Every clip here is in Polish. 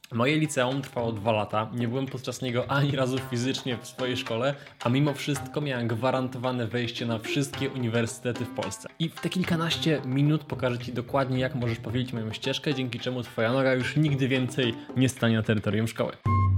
Moje liceum trwało 2 lata, nie byłem podczas niego ani razu fizycznie w swojej szkole, a mimo wszystko miałem gwarantowane wejście na wszystkie uniwersytety w Polsce. I w te kilkanaście minut pokażę Ci dokładnie, jak możesz powielić moją ścieżkę, dzięki czemu Twoja noga już nigdy więcej nie stanie na terytorium szkoły.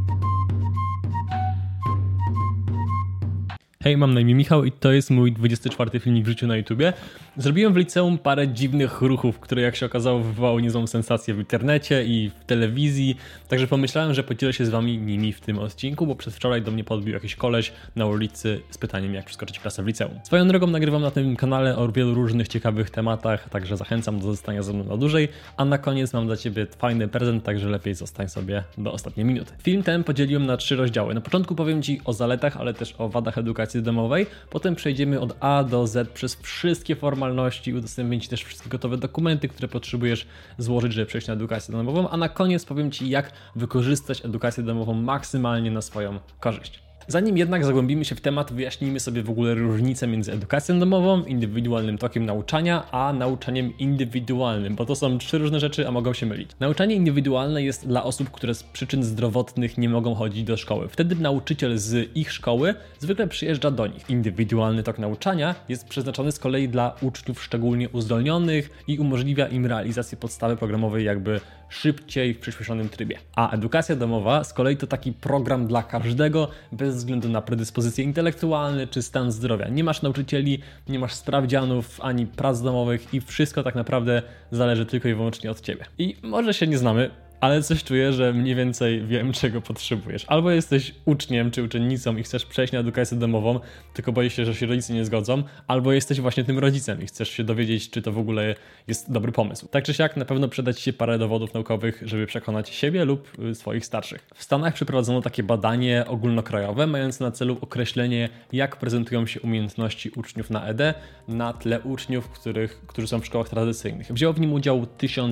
Hej, mam na imię Michał i to jest mój 24 filmik w życiu na YouTubie. Zrobiłem w liceum parę dziwnych ruchów, które jak się okazało wywołały niezłą sensację w internecie i w telewizji, także pomyślałem, że podzielę się z wami nimi w tym odcinku, bo przedwczoraj do mnie podbił jakiś koleś na ulicy z pytaniem, jak przeskoczyć klasę w liceum. Swoją drogą nagrywam na tym kanale o wielu różnych ciekawych tematach, także zachęcam do zostania ze mną na dłużej, a na koniec mam dla ciebie fajny prezent, także lepiej zostań sobie do ostatniej minuty. Film ten podzieliłem na 3 rozdziały. Na początku powiem ci o zaletach, ale też o wadach edukacji domowej, potem przejdziemy od A do Z przez wszystkie formalności, udostępnię ci też wszystkie gotowe dokumenty, które potrzebujesz złożyć, żeby przejść na edukację domową, a na koniec powiem ci, jak wykorzystać edukację domową maksymalnie na swoją korzyść. Zanim jednak zagłębimy się w temat, wyjaśnijmy sobie w ogóle różnicę między edukacją domową, indywidualnym tokiem nauczania, a nauczaniem indywidualnym, bo to są 3 różne rzeczy, a mogą się mylić. Nauczanie indywidualne jest dla osób, które z przyczyn zdrowotnych nie mogą chodzić do szkoły. Wtedy nauczyciel z ich szkoły zwykle przyjeżdża do nich. Indywidualny tok nauczania jest przeznaczony z kolei dla uczniów szczególnie uzdolnionych i umożliwia im realizację podstawy programowej jakby szybciej w przyspieszonym trybie. A edukacja domowa z kolei to taki program dla każdego, bez względu na predyspozycje intelektualne czy stan zdrowia. Nie masz nauczycieli, nie masz sprawdzianów ani prac domowych i wszystko tak naprawdę zależy tylko i wyłącznie od ciebie. I może się nie znamy, ale coś czuję, że mniej więcej wiem, czego potrzebujesz. Albo jesteś uczniem czy uczennicą i chcesz przejść na edukację domową, tylko boisz się, że się rodzice nie zgodzą, albo jesteś właśnie tym rodzicem i chcesz się dowiedzieć, czy to w ogóle jest dobry pomysł. Tak czy siak na pewno przyda ci się parę dowodów naukowych, żeby przekonać siebie lub swoich starszych. W Stanach przeprowadzono takie badanie ogólnokrajowe, mające na celu określenie, jak prezentują się umiejętności uczniów na ED na tle uczniów, którzy są w szkołach tradycyjnych. Wzięło w nim udział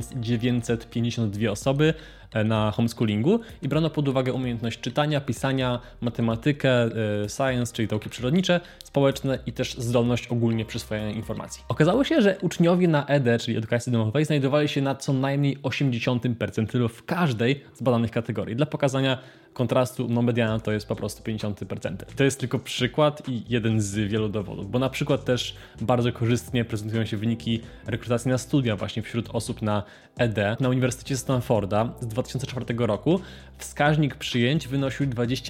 1952 osoby na homeschoolingu i brano pod uwagę umiejętność czytania, pisania, matematykę, science, czyli nauki przyrodnicze, społeczne i też zdolność ogólnie przyswajania informacji. Okazało się, że uczniowie na ED, czyli edukacji domowej, znajdowali się na co najmniej 80 percentylu w każdej z badanych kategorii. Dla pokazania kontrastu, mediana to jest po prostu 50 percentyl. To jest tylko przykład i jeden z wielu dowodów, bo na przykład też bardzo korzystnie prezentują się wyniki rekrutacji na studia właśnie wśród osób na ED. Na Uniwersytecie Stanforda z 2004 roku wskaźnik przyjęć wynosił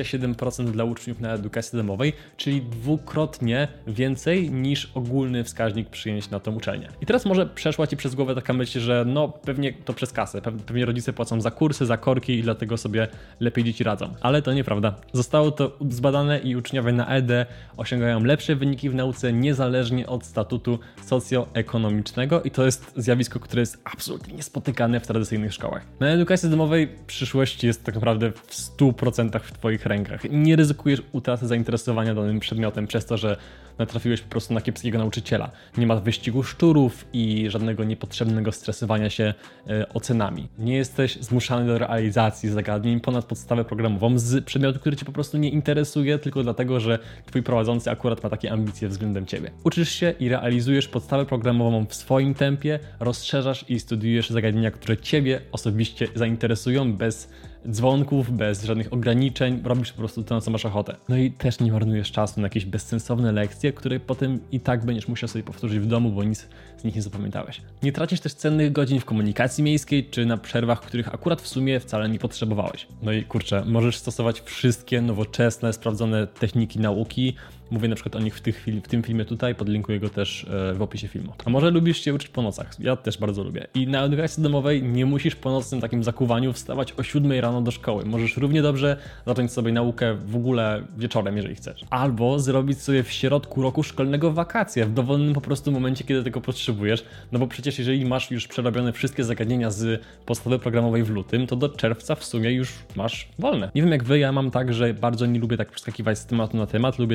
27% dla uczniów na edukacji domowej, czyli 2-krotnie więcej niż ogólny wskaźnik przyjęć na tą uczelnię. I teraz może przeszła ci przez głowę taka myśl, że pewnie to przez kasę, pewnie rodzice płacą za kursy, za korki i dlatego sobie lepiej dzieci radzą. Ale to nieprawda. Zostało to zbadane i uczniowie na ED osiągają lepsze wyniki w nauce niezależnie od statutu socjoekonomicznego i to jest zjawisko, które jest absolutnie niespotykane w tradycyjnych szkołach. Na edukacji domowej przyszłość jest tak naprawdę w 100% w twoich rękach. Nie ryzykujesz utraty zainteresowania danym przedmiotem przez to, że natrafiłeś po prostu na kiepskiego nauczyciela. Nie ma wyścigu szczurów i żadnego niepotrzebnego stresowania się ocenami. Nie jesteś zmuszany do realizacji zagadnień ponad podstawę programową z przedmiotu, który cię po prostu nie interesuje, tylko dlatego, że twój prowadzący akurat ma takie ambicje względem ciebie. Uczysz się i realizujesz podstawę programową w swoim tempie, rozszerzasz i studiujesz zagadnienia, które ciebie osobiście zainteresują bez dzwonków, bez żadnych ograniczeń, robisz po prostu to, na co masz ochotę. No i też nie marnujesz czasu na jakieś bezsensowne lekcje, które potem i tak będziesz musiał sobie powtórzyć w domu, bo nic z nich nie zapamiętałeś. Nie tracisz też cennych godzin w komunikacji miejskiej, czy na przerwach, których akurat w sumie wcale nie potrzebowałeś. No i kurczę, możesz stosować wszystkie nowoczesne, sprawdzone techniki nauki. Mówię na przykład o nich w tym filmie tutaj, podlinkuję go też w opisie filmu. A może lubisz się uczyć po nocach? Ja też bardzo lubię. I na edukacji domowej nie musisz po nocnym takim zakuwaniu wstawać o 7 rano do szkoły. Możesz równie dobrze zacząć sobie naukę w ogóle wieczorem, jeżeli chcesz. Albo zrobić sobie w środku roku szkolnego wakacje, w dowolnym po prostu momencie, kiedy tego potrzebujesz. No bo przecież jeżeli masz już przerobione wszystkie zagadnienia z podstawy programowej w lutym, to do czerwca w sumie już masz wolne. Nie wiem jak wy, ja mam tak, że bardzo nie lubię tak przeskakiwać z tematu na temat, lubię tak się zagadniać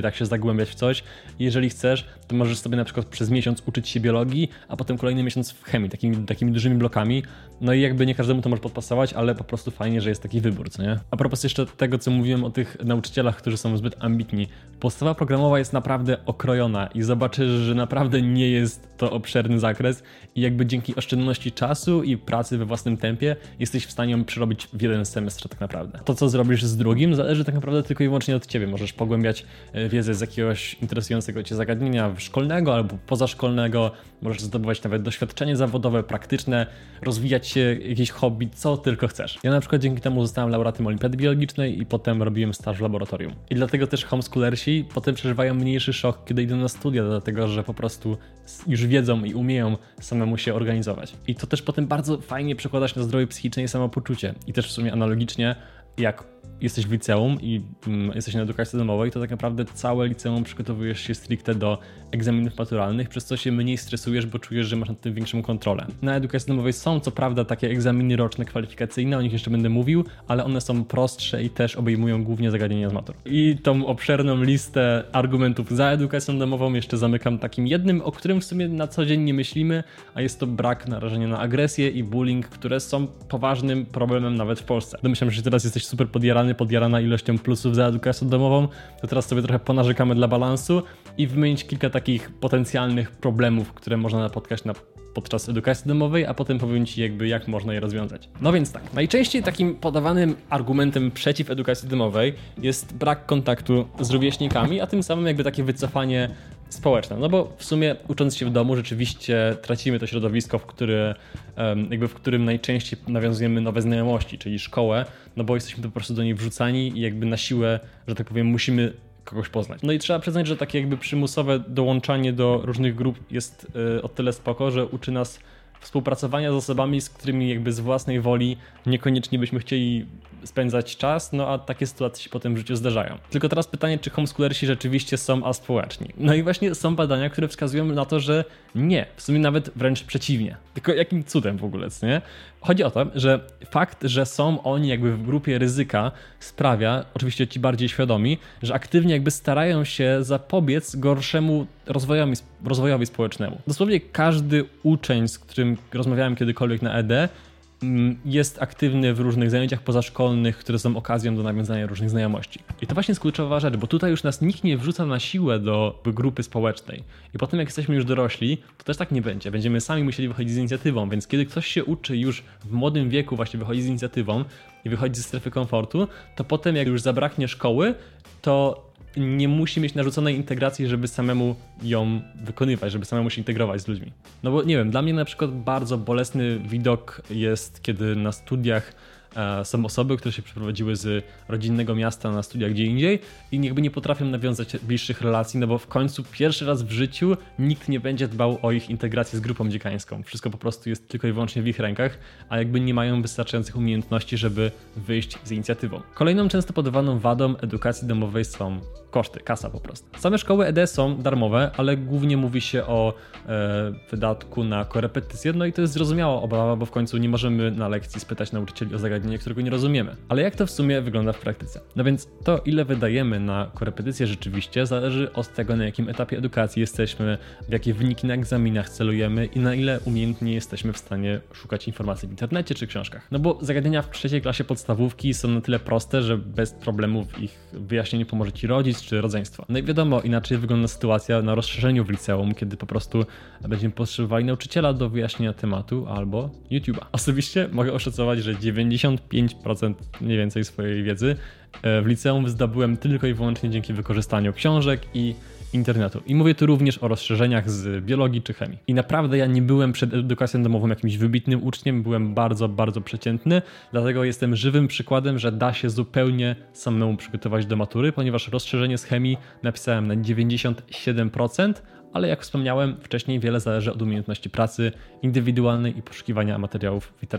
zagłębiać w coś. Jeżeli chcesz, to możesz sobie na przykład przez miesiąc uczyć się biologii, a potem kolejny miesiąc w chemii, takimi dużymi blokami. No i jakby nie każdemu to może podpasować, ale po prostu fajnie, że jest taki wybór, co nie? A propos jeszcze tego, co mówiłem o tych nauczycielach, którzy są zbyt ambitni. Podstawa programowa jest naprawdę okrojona i zobaczysz, że naprawdę nie jest to obszerny zakres i jakby dzięki oszczędności czasu i pracy we własnym tempie jesteś w stanie ją przerobić w jeden semestr tak naprawdę. To, co zrobisz z drugim, zależy tak naprawdę tylko i wyłącznie od ciebie. Możesz pogłębiać wiedzę z jakiegoś interesującego cię zagadnienia szkolnego albo pozaszkolnego, możesz zdobywać nawet doświadczenie zawodowe, praktyczne, rozwijać się, jakieś hobby, co tylko chcesz. Ja na przykład dzięki temu zostałem laureatem Olimpiady Biologicznej i potem robiłem staż w laboratorium. I dlatego też homeschoolersi potem przeżywają mniejszy szok, kiedy idą na studia, dlatego że po prostu już wiedzą i umieją samemu się organizować. I to też potem bardzo fajnie przekłada się na zdrowie psychiczne i samopoczucie. I też w sumie analogicznie, jak jesteś w liceum i jesteś na edukacji domowej, to tak naprawdę całe liceum przygotowujesz się stricte do egzaminów maturalnych, przez co się mniej stresujesz, bo czujesz, że masz nad tym większą kontrolę. Na edukacji domowej są co prawda takie egzaminy roczne kwalifikacyjne, o nich jeszcze będę mówił, ale one są prostsze i też obejmują głównie zagadnienia z matur. I tą obszerną listę argumentów za edukacją domową jeszcze zamykam takim jednym, o którym w sumie na co dzień nie myślimy, a jest to brak narażenia na agresję i bullying, które są poważnym problemem nawet w Polsce. Domyślam się, że teraz jesteś super podjarana ilością plusów za edukacją domową, to teraz sobie trochę ponarzekamy dla balansu i wymienić kilka takich potencjalnych problemów, które można napotkać podczas edukacji domowej, a potem powiem Ci jakby jak można je rozwiązać. No więc tak, najczęściej takim podawanym argumentem przeciw edukacji domowej jest brak kontaktu z rówieśnikami, a tym samym jakby takie wycofanie społeczne. No bo w sumie ucząc się w domu rzeczywiście tracimy to środowisko, w którym najczęściej nawiązujemy nowe znajomości, czyli szkołę, no bo jesteśmy po prostu do niej wrzucani i jakby na siłę, że tak powiem, musimy kogoś poznać. No i trzeba przyznać, że takie jakby przymusowe dołączanie do różnych grup jest o tyle spoko, że uczy nas współpracowania z osobami, z którymi jakby z własnej woli niekoniecznie byśmy chcieli spędzać czas, no a takie sytuacje się potem w życiu zdarzają. Tylko teraz pytanie, czy homeschoolersi rzeczywiście są aspołeczni? No i właśnie są badania, które wskazują na to, że nie, w sumie nawet wręcz przeciwnie. Tylko jakim cudem w ogóle, nie? Chodzi o to, że fakt, że są oni jakby w grupie ryzyka sprawia, oczywiście ci bardziej świadomi, że aktywnie jakby starają się zapobiec gorszemu rozwojowi społecznemu. Dosłownie każdy uczeń, z którym rozmawiałem kiedykolwiek na ED, jest aktywny w różnych zajęciach pozaszkolnych, które są okazją do nawiązania różnych znajomości. I to właśnie jest kluczowa rzecz, bo tutaj już nas nikt nie wrzuca na siłę do grupy społecznej. I potem jak jesteśmy już dorośli, to też tak nie będzie. Będziemy sami musieli wychodzić z inicjatywą, więc kiedy ktoś się uczy już w młodym wieku właśnie wychodzić z inicjatywą i wychodzić ze strefy komfortu, to potem jak już zabraknie szkoły, to nie musi mieć narzuconej integracji, żeby samemu ją wykonywać, żeby samemu się integrować z ludźmi. No bo nie wiem, dla mnie na przykład bardzo bolesny widok jest, kiedy na studiach są osoby, które się przeprowadziły z rodzinnego miasta na studia gdzie indziej i jakby nie potrafią nawiązać bliższych relacji, no bo w końcu pierwszy raz w życiu nikt nie będzie dbał o ich integrację z grupą dziekańską. Wszystko po prostu jest tylko i wyłącznie w ich rękach, a jakby nie mają wystarczających umiejętności, żeby wyjść z inicjatywą. Kolejną często podawaną wadą edukacji domowej są koszty, kasa po prostu. Same szkoły ED są darmowe, ale głównie mówi się o wydatku na korepetycje, no i to jest zrozumiała obawa, bo w końcu nie możemy na lekcji spytać nauczycieli o zagadnienie, którego nie rozumiemy. Ale jak to w sumie wygląda w praktyce? No więc to, ile wydajemy na korepetycje rzeczywiście zależy od tego, na jakim etapie edukacji jesteśmy, w jakie wyniki na egzaminach celujemy i na ile umiejętnie jesteśmy w stanie szukać informacji w internecie czy książkach. No bo zagadnienia w 3. klasie podstawówki są na tyle proste, że bez problemu w ich wyjaśnieniu pomoże Ci rodzic czy rodzeństwo. No i wiadomo, inaczej wygląda sytuacja na rozszerzeniu w liceum, kiedy po prostu będziemy potrzebowali nauczyciela do wyjaśnienia tematu albo YouTube'a. Osobiście mogę oszacować, że 95% mniej więcej swojej wiedzy w liceum zdobyłem tylko i wyłącznie dzięki wykorzystaniu książek i internetu. I mówię tu również o rozszerzeniach z biologii czy chemii. I naprawdę ja nie byłem przed edukacją domową jakimś wybitnym uczniem, byłem bardzo, bardzo przeciętny, dlatego jestem żywym przykładem, że da się zupełnie samemu przygotować do matury, ponieważ rozszerzenie z chemii napisałem na 97%, ale jak wspomniałem wcześniej, wiele zależy od umiejętności pracy indywidualnej i poszukiwania materiałów w internecie.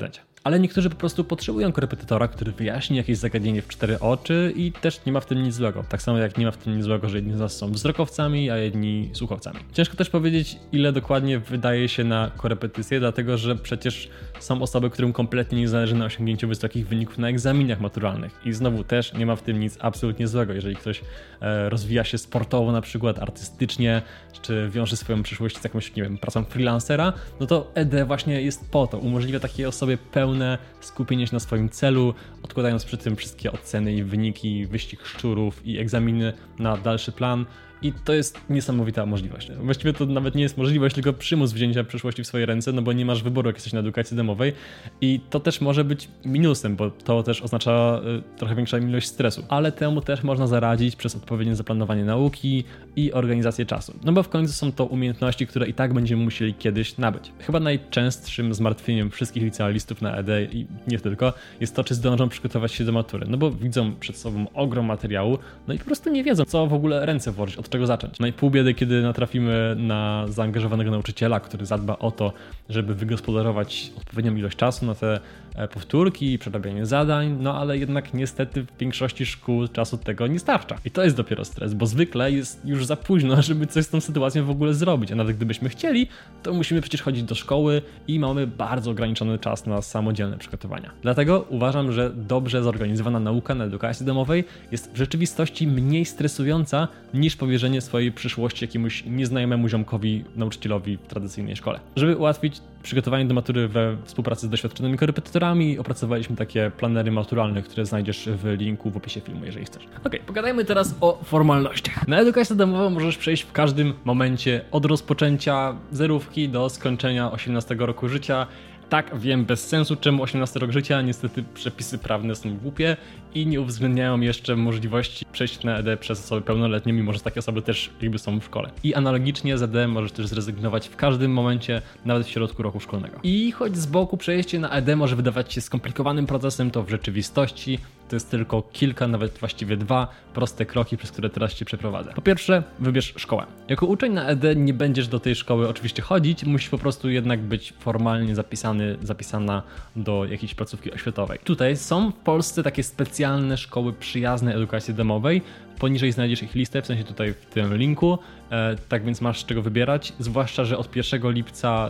ale niektórzy po prostu potrzebują korepetytora, który wyjaśni jakieś zagadnienie w 4 oczy i też nie ma w tym nic złego. Tak samo jak nie ma w tym nic złego, że jedni z nas są wzrokowcami, a jedni słuchowcami. Ciężko też powiedzieć, ile dokładnie wydaje się na korepetycję, dlatego że przecież są osoby, którym kompletnie nie zależy na osiągnięciu wysokich wyników na egzaminach maturalnych. I znowu też nie ma w tym nic absolutnie złego. Jeżeli ktoś rozwija się sportowo, na przykład artystycznie, czy wiąże swoją przyszłość z jakąś, nie wiem, pracą freelancera, no to ED właśnie jest po to. Umożliwia takiej osobie pełne skupienie się na swoim celu, odkładając przy tym wszystkie oceny i wyniki, wyścig szczurów i egzaminy na dalszy plan. I to jest niesamowita możliwość. Właściwie to nawet nie jest możliwość, tylko przymus wzięcia przyszłości w swoje ręce, no bo nie masz wyboru, jak jesteś na edukacji domowej. I to też może być minusem, bo to też oznacza trochę większą ilość stresu. Ale temu też można zaradzić przez odpowiednie zaplanowanie nauki i organizację czasu. No bo w końcu są to umiejętności, które i tak będziemy musieli kiedyś nabyć. Chyba najczęstszym zmartwieniem wszystkich licealistów na ED i nie tylko jest to, czy zdążą przygotować się do matury. No bo widzą przed sobą ogrom materiału, no i po prostu nie wiedzą, co w ogóle ręce włożyć, od czego zacząć. No i pół biedy, kiedy natrafimy na zaangażowanego nauczyciela, który zadba o to, żeby wygospodarować odpowiednią ilość czasu na te powtórki, przerabianie zadań, no ale jednak niestety w większości szkół czasu tego nie starcza. I to jest dopiero stres, bo zwykle jest już za późno, żeby coś z tą sytuacją w ogóle zrobić, a nawet gdybyśmy chcieli, to musimy przecież chodzić do szkoły i mamy bardzo ograniczony czas na samodzielne przygotowania. Dlatego uważam, że dobrze zorganizowana nauka na edukacji domowej jest w rzeczywistości mniej stresująca niż powierzenie swojej przyszłości jakiemuś nieznajomemu ziomkowi, nauczycielowi w tradycyjnej szkole. Żeby ułatwić przygotowanie do matury we współpracy z doświadczonymi korepetytorami, opracowaliśmy takie planery maturalne, które znajdziesz w linku w opisie filmu, jeżeli chcesz. Okej, pogadajmy teraz o formalnościach. Na edukację domową możesz przejść w każdym momencie, od rozpoczęcia zerówki do skończenia 18 roku życia. Tak, wiem, bez sensu, czemu 18 rok życia, niestety przepisy prawne są głupie i nie uwzględniają jeszcze możliwości przejścia na ED przez osoby pełnoletnie, mimo że takie osoby też jakby są w szkole. I analogicznie z ED możesz też zrezygnować w każdym momencie, nawet w środku roku szkolnego. I choć z boku przejście na ED może wydawać się skomplikowanym procesem, to w rzeczywistości to jest tylko kilka, nawet właściwie 2 proste kroki, przez które teraz Cię przeprowadzę. Po pierwsze, wybierz szkołę. Jako uczeń na ED nie będziesz do tej szkoły oczywiście chodzić, musisz po prostu jednak być formalnie zapisana do jakiejś placówki oświatowej. Tutaj są w Polsce takie specjalne szkoły przyjaznej edukacji domowej. Poniżej znajdziesz ich listę, w sensie tutaj w tym linku, tak więc masz z czego wybierać, zwłaszcza, że od 1 lipca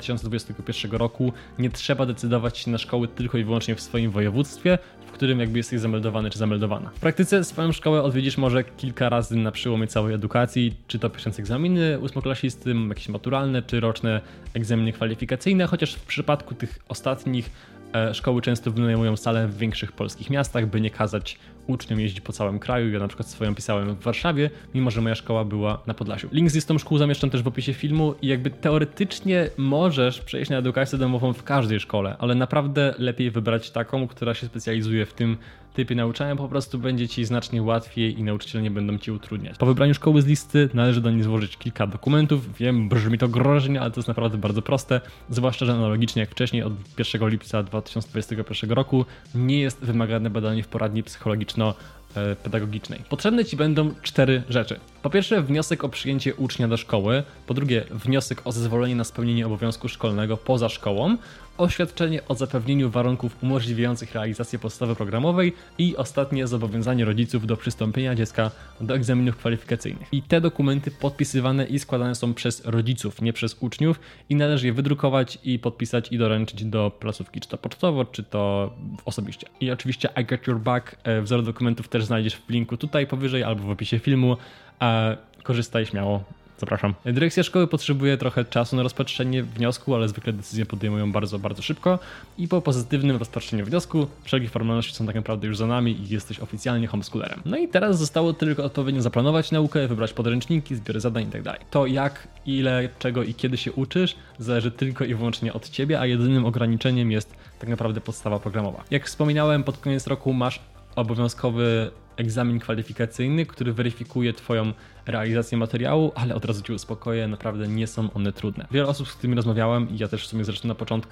2021 roku nie trzeba decydować się na szkoły tylko i wyłącznie w swoim województwie, w którym jakby jesteś zameldowany czy zameldowana. W praktyce swoją szkołę odwiedzisz może kilka razy na przełomie całej edukacji, czy to pisząc egzaminy ósmoklasisty, jakieś maturalne, czy roczne egzaminy kwalifikacyjne, chociaż w przypadku tych ostatnich szkoły często wynajmują salę w większych polskich miastach, by nie kazać uczniom jeździć po całym kraju. Ja na przykład swoją pisałem w Warszawie, mimo że moja szkoła była na Podlasiu. Link z listą szkół zamieszczam też w opisie filmu i jakby teoretycznie możesz przejść na edukację domową w każdej szkole, ale naprawdę lepiej wybrać taką, która się specjalizuje w tym typie nauczania, po prostu będzie Ci znacznie łatwiej i nauczyciele nie będą Ci utrudniać. Po wybraniu szkoły z listy należy do niej złożyć kilka dokumentów. Wiem, brzmi to groźnie, ale to jest naprawdę bardzo proste, zwłaszcza, że analogicznie jak wcześniej od 1 lipca 2021 roku nie jest wymagane badanie w poradni psychologiczno-pedagogicznej. Potrzebne Ci będą 4 rzeczy. Po pierwsze, wniosek o przyjęcie ucznia do szkoły. Po drugie, wniosek o zezwolenie na spełnienie obowiązku szkolnego poza szkołą. Oświadczenie o zapewnieniu warunków umożliwiających realizację podstawy programowej i ostatnie, zobowiązanie rodziców do przystąpienia dziecka do egzaminów kwalifikacyjnych. I te dokumenty podpisywane i składane są przez rodziców, nie przez uczniów i należy je wydrukować i podpisać i doręczyć do placówki, czy to pocztowo, czy to osobiście. I oczywiście I Got Your Back, wzór dokumentów też znajdziesz w linku tutaj powyżej albo w opisie filmu. Korzystaj śmiało. Zapraszam. Dyrekcja szkoły potrzebuje trochę czasu na rozpatrzenie wniosku, ale zwykle decyzje podejmują bardzo, bardzo szybko i po pozytywnym rozpatrzeniu wniosku wszelkie formalności są tak naprawdę już za nami i jesteś oficjalnie homeschoolerem. No i teraz zostało tylko odpowiednio zaplanować naukę, wybrać podręczniki, zbiory zadań itd. To jak, ile, czego i kiedy się uczysz zależy tylko i wyłącznie od Ciebie, a jedynym ograniczeniem jest tak naprawdę podstawa programowa. Jak wspominałem, pod koniec roku masz obowiązkowy egzamin kwalifikacyjny, który weryfikuje Twoją realizację materiału, ale od razu Cię uspokoję, naprawdę nie są one trudne. Wiele osób, z którymi rozmawiałem, i ja też w sumie zresztą na początku,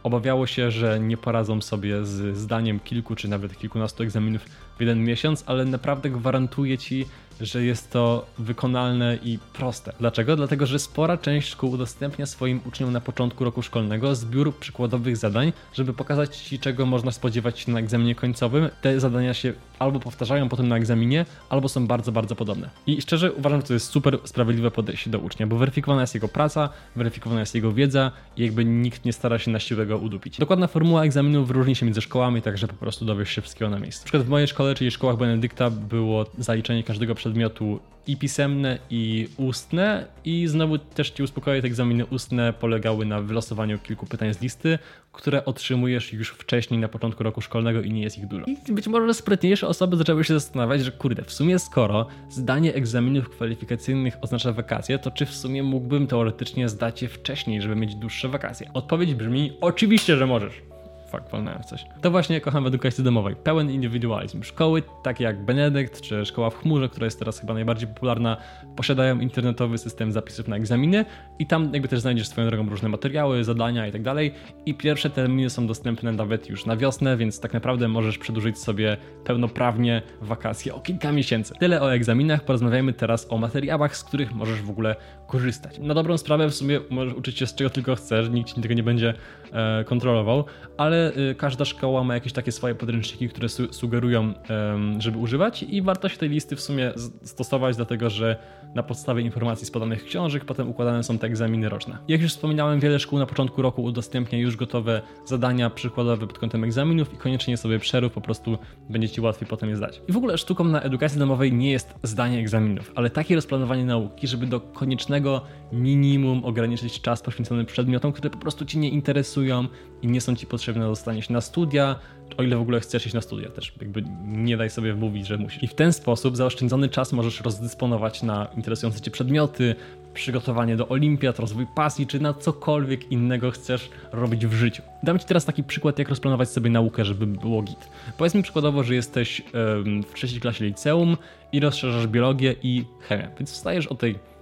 obawiało się, że nie poradzą sobie z zdaniem kilku czy nawet kilkunastu egzaminów w jeden miesiąc, ale naprawdę gwarantuję Ci, że jest to wykonalne i proste. Dlaczego? Dlatego, że spora część szkół udostępnia swoim uczniom na początku roku szkolnego zbiór przykładowych zadań, żeby pokazać Ci, czego można spodziewać się na egzaminie końcowym. Te zadania się albo powtarzają potem na egzaminie, albo są bardzo, bardzo podobne. I szczerze uważam, że to jest super sprawiedliwe podejście do ucznia, bo weryfikowana jest jego praca, weryfikowana jest jego wiedza i jakby nikt nie stara się na siłę go udupić. Dokładna formuła egzaminów różni się między szkołami, także po prostu dowiesz się wszystkiego na miejscu. Na przykład w mojej szkole, czyli szkołach Benedykta, było zaliczenie każdego przedmiotu i pisemne, i ustne, i znowu też Ci uspokoję, te egzaminy ustne polegały na wylosowaniu kilku pytań z listy, które otrzymujesz już wcześniej na początku roku szkolnego i nie jest ich dużo. I być może sprytniejsze osoby zaczęły się zastanawiać, że kurde, w sumie skoro zdanie egzaminów kwalifikacyjnych oznacza wakacje, to czy w sumie mógłbym teoretycznie zdać je wcześniej, żeby mieć dłuższe wakacje? Odpowiedź brzmi, oczywiście, że możesz. Fuck, walnąłem w coś. To właśnie kocham w edukacji domowej. Pełen indywidualizm. Szkoły takie jak Benedykt czy Szkoła w Chmurze, która jest teraz chyba najbardziej popularna, posiadają internetowy system zapisów na egzaminy i tam jakby też znajdziesz swoją drogą różne materiały, zadania i tak dalej. I pierwsze terminy są dostępne nawet już na wiosnę, więc tak naprawdę możesz przedłużyć sobie pełnoprawnie wakacje o kilka miesięcy. Tyle o egzaminach, porozmawiajmy teraz o materiałach, z których możesz w ogóle korzystać. Na dobrą sprawę w sumie możesz uczyć się z czego tylko chcesz, nikt ci tego nie będzie kontrolował, ale każda szkoła ma jakieś takie swoje podręczniki, które sugerują, żeby używać i warto się tej listy w sumie stosować, dlatego że na podstawie informacji z podanych książek potem układane są te egzaminy roczne. Jak już wspominałem, wiele szkół na początku roku udostępnia już gotowe zadania przykładowe pod kątem egzaminów i koniecznie sobie przerób, po prostu będzie Ci łatwiej potem je zdać. I w ogóle sztuką na edukacji domowej nie jest zdanie egzaminów, ale takie rozplanowanie nauki, żeby do koniecznego minimum ograniczyć czas poświęcony przedmiotom, które po prostu Ci nie interesują i nie są Ci potrzebne do dostania się na studia, o ile w ogóle chcesz iść na studia też, jakby nie daj sobie wmówić, że musisz. I w ten sposób zaoszczędzony czas możesz rozdysponować na interesujące Cię przedmioty, przygotowanie do olimpiad, rozwój pasji, czy na cokolwiek innego chcesz robić w życiu. Dam Ci teraz taki przykład, jak rozplanować sobie naukę, żeby było git. Powiedzmy przykładowo, że jesteś w 3. klasie liceum i rozszerzasz biologię i chemię, więc wstajesz o tej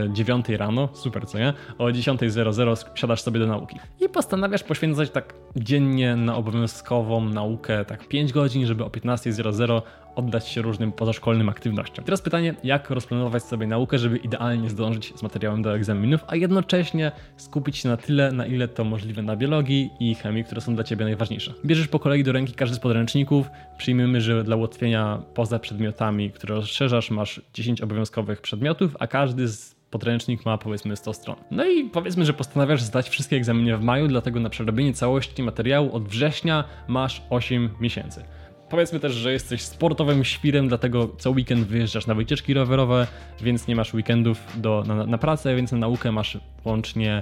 9 rano, super co nie? O 10:00 siadasz sobie do nauki i postanawiasz poświęcać tak dziennie na obowiązkową naukę tak 5 godzin, żeby o 15:00 oddać się różnym pozaszkolnym aktywnościom. Teraz pytanie, jak rozplanować sobie naukę, żeby idealnie zdążyć z materiałem do egzaminów, a jednocześnie skupić się na tyle, na ile to możliwe na biologii i chemii, które są dla Ciebie najważniejsze. Bierzesz po kolei do ręki każdy z podręczników, przyjmiemy, że dla ułatwienia poza przedmiotami, które rozszerzasz, masz 10 obowiązkowych przedmiotów, a każdy z podręcznik ma powiedzmy 100 stron. No i powiedzmy, że postanawiasz zdać wszystkie egzaminy w maju, dlatego na przerobienie całości materiału od września masz 8 miesięcy. Powiedzmy też, że jesteś sportowym świrem, dlatego co weekend wyjeżdżasz na wycieczki rowerowe, więc nie masz weekendów na pracę, więc na naukę masz łącznie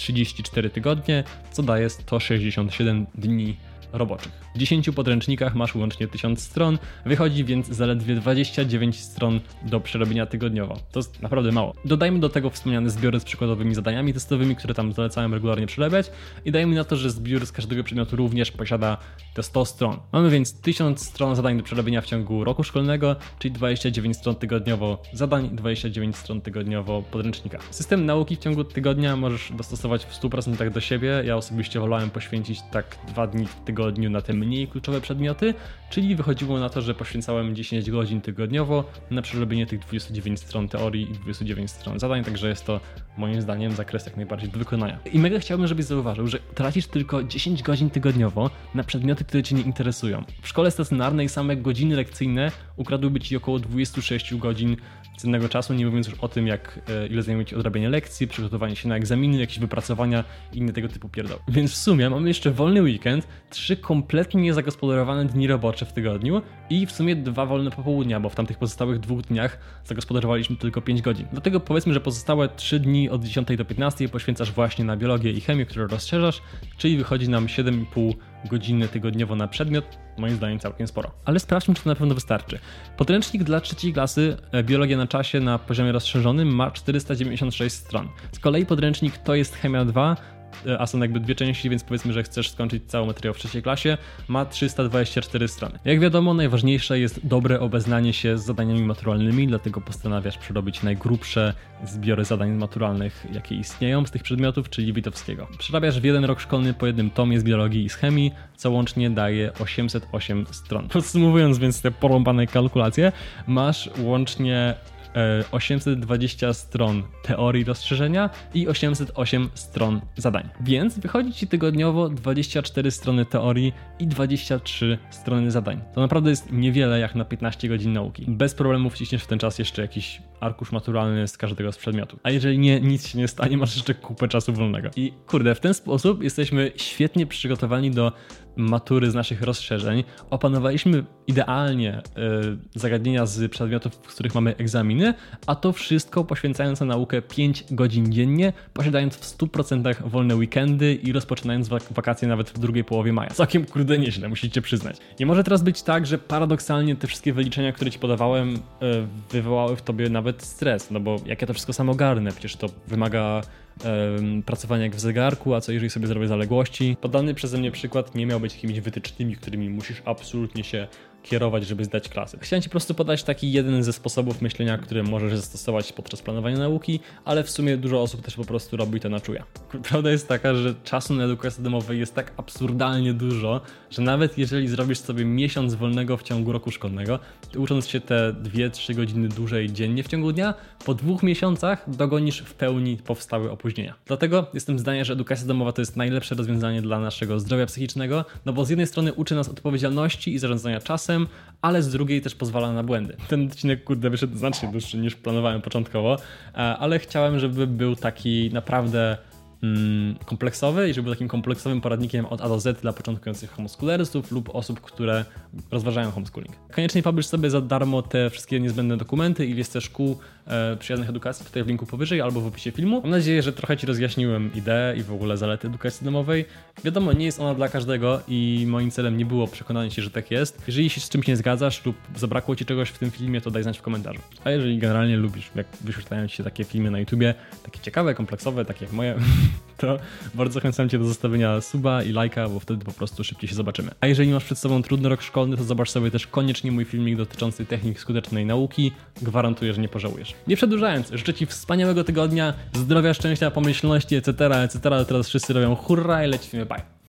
34 tygodnie, co daje 167 dni roboczych. W 10 podręcznikach masz łącznie 1000 stron, wychodzi więc zaledwie 29 stron do przerobienia tygodniowo. To jest naprawdę mało. Dodajmy do tego wspomniane zbiory z przykładowymi zadaniami testowymi, które tam zalecałem regularnie przerabiać i dajmy na to, że zbiór z każdego przedmiotu również posiada te 100 stron. Mamy więc 1000 stron zadań do przerobienia w ciągu roku szkolnego, czyli 29 stron tygodniowo zadań, 29 stron tygodniowo podręcznika. System nauki w ciągu tygodnia możesz dostosować w 100% do siebie. Ja osobiście wolałem poświęcić tak 2 dni w tygodniu na te mniej kluczowe przedmioty, czyli wychodziło na to, że poświęcałem 10 godzin tygodniowo na przerobienie tych 29 stron teorii i 29 stron zadań, także jest to moim zdaniem zakres jak najbardziej do wykonania. I mega chciałbym, żebyś zauważył, że tracisz tylko 10 godzin tygodniowo na przedmioty, które Cię nie interesują. W szkole stacjonarnej same godziny lekcyjne ukradłyby Ci około 26 godzin cennego czasu, nie mówiąc już o tym, ile zajmuje Ci odrabianie lekcji, przygotowanie się na egzaminy, jakieś wypracowania i inne tego typu pierdoły. Więc w sumie mamy jeszcze wolny weekend, 3 kompletnie niezagospodarowane dni robocze w tygodniu i w sumie 2 wolne popołudnia, bo w tamtych pozostałych 2 dniach zagospodarowaliśmy tylko 5 godzin. Dlatego powiedzmy, że pozostałe 3 dni od 10 do 15 poświęcasz właśnie na biologię i chemię, które rozszerzasz, czyli wychodzi nam 7,5 godziny tygodniowo na przedmiot, moim zdaniem całkiem sporo. Ale sprawdźmy, czy to na pewno wystarczy. Podręcznik dla 3. klasy Biologia na czasie na poziomie rozszerzonym ma 496 stron. Z kolei podręcznik To jest Chemia 2 a są jakby dwie części, więc powiedzmy, że chcesz skończyć cały materiał w trzeciej klasie, ma 324 strony. Jak wiadomo, najważniejsze jest dobre obeznanie się z zadaniami maturalnymi, dlatego postanawiasz przerobić najgrubsze zbiory zadań maturalnych, jakie istnieją z tych przedmiotów, czyli Witowskiego. Przerabiasz w jeden rok szkolny po jednym tomie z biologii i z chemii, co łącznie daje 808 stron. Podsumowując więc te porąbane kalkulacje, masz łącznie 820 stron teorii rozszerzenia i 808 stron zadań. Więc wychodzi ci tygodniowo 24 strony teorii i 23 strony zadań. To naprawdę jest niewiele jak na 15 godzin nauki. Bez problemu wciśniesz w ten czas jeszcze jakiś arkusz maturalny z każdego z przedmiotów. A jeżeli nie, nic się nie stanie, masz jeszcze kupę czasu wolnego. I kurde, w ten sposób jesteśmy świetnie przygotowani do matury z naszych rozszerzeń. Opanowaliśmy idealnie zagadnienia z przedmiotów, w których mamy egzaminy, a to wszystko poświęcając na naukę 5 godzin dziennie, posiadając w 100% wolne weekendy i rozpoczynając wakacje nawet w drugiej połowie maja. Całkiem kurde nieźle, musicie przyznać. Nie może teraz być tak, że paradoksalnie te wszystkie wyliczenia, które ci podawałem, wywołały w tobie nawet stres, no bo jak ja to wszystko sam ogarnę, przecież to wymaga pracowania jak w zegarku, a co jeżeli sobie zrobię zaległości. Podany przeze mnie przykład nie miał być jakimiś wytycznymi, którymi musisz absolutnie się kierować, żeby zdać klasę. Chciałem ci po prostu podać taki jeden ze sposobów myślenia, który możesz zastosować podczas planowania nauki, ale w sumie dużo osób też po prostu robi to na czuja. Prawda jest taka, że czasu na edukację domową jest tak absurdalnie dużo, że nawet jeżeli zrobisz sobie miesiąc wolnego w ciągu roku szkolnego, to ucząc się te 2-3 godziny dłużej dziennie w ciągu dnia, po 2 miesiącach dogonisz w pełni powstałe opóźnienia. Dlatego jestem zdania, że edukacja domowa to jest najlepsze rozwiązanie dla naszego zdrowia psychicznego, no bo z jednej strony uczy nas odpowiedzialności i zarządzania czasem, ale z drugiej też pozwala na błędy. Ten odcinek, kurde, wyszedł znacznie dłuższy niż planowałem początkowo, ale chciałem, żeby był taki naprawdę kompleksowy i żeby był takim kompleksowym poradnikiem od A do Z dla początkujących homeschoolersów lub osób, które rozważają homeschooling. Koniecznie pobierz sobie za darmo te wszystkie niezbędne dokumenty i listę szkół przyjaznych edukacji tutaj w linku powyżej albo w opisie filmu. Mam nadzieję, że trochę ci rozjaśniłem ideę i w ogóle zalety edukacji domowej. Wiadomo, nie jest ona dla każdego i moim celem nie było przekonanie się, że tak jest. Jeżeli się z czymś nie zgadzasz lub zabrakło ci czegoś w tym filmie, to daj znać w komentarzu. A jeżeli generalnie lubisz, jak wyświetlają ci się takie filmy na YouTubie, takie ciekawe, kompleksowe, takie jak moje, to bardzo zachęcam cię do zostawienia suba i lajka, bo wtedy po prostu szybciej się zobaczymy. A jeżeli masz przed sobą trudny rok szkolny, to zobacz sobie też koniecznie mój filmik dotyczący technik skutecznej nauki. Gwarantuję, że nie pożałujesz. Nie przedłużając, życzę ci wspaniałego tygodnia, zdrowia, szczęścia, pomyślności, etc., etc. Teraz wszyscy robią hurra i lecimy, bye.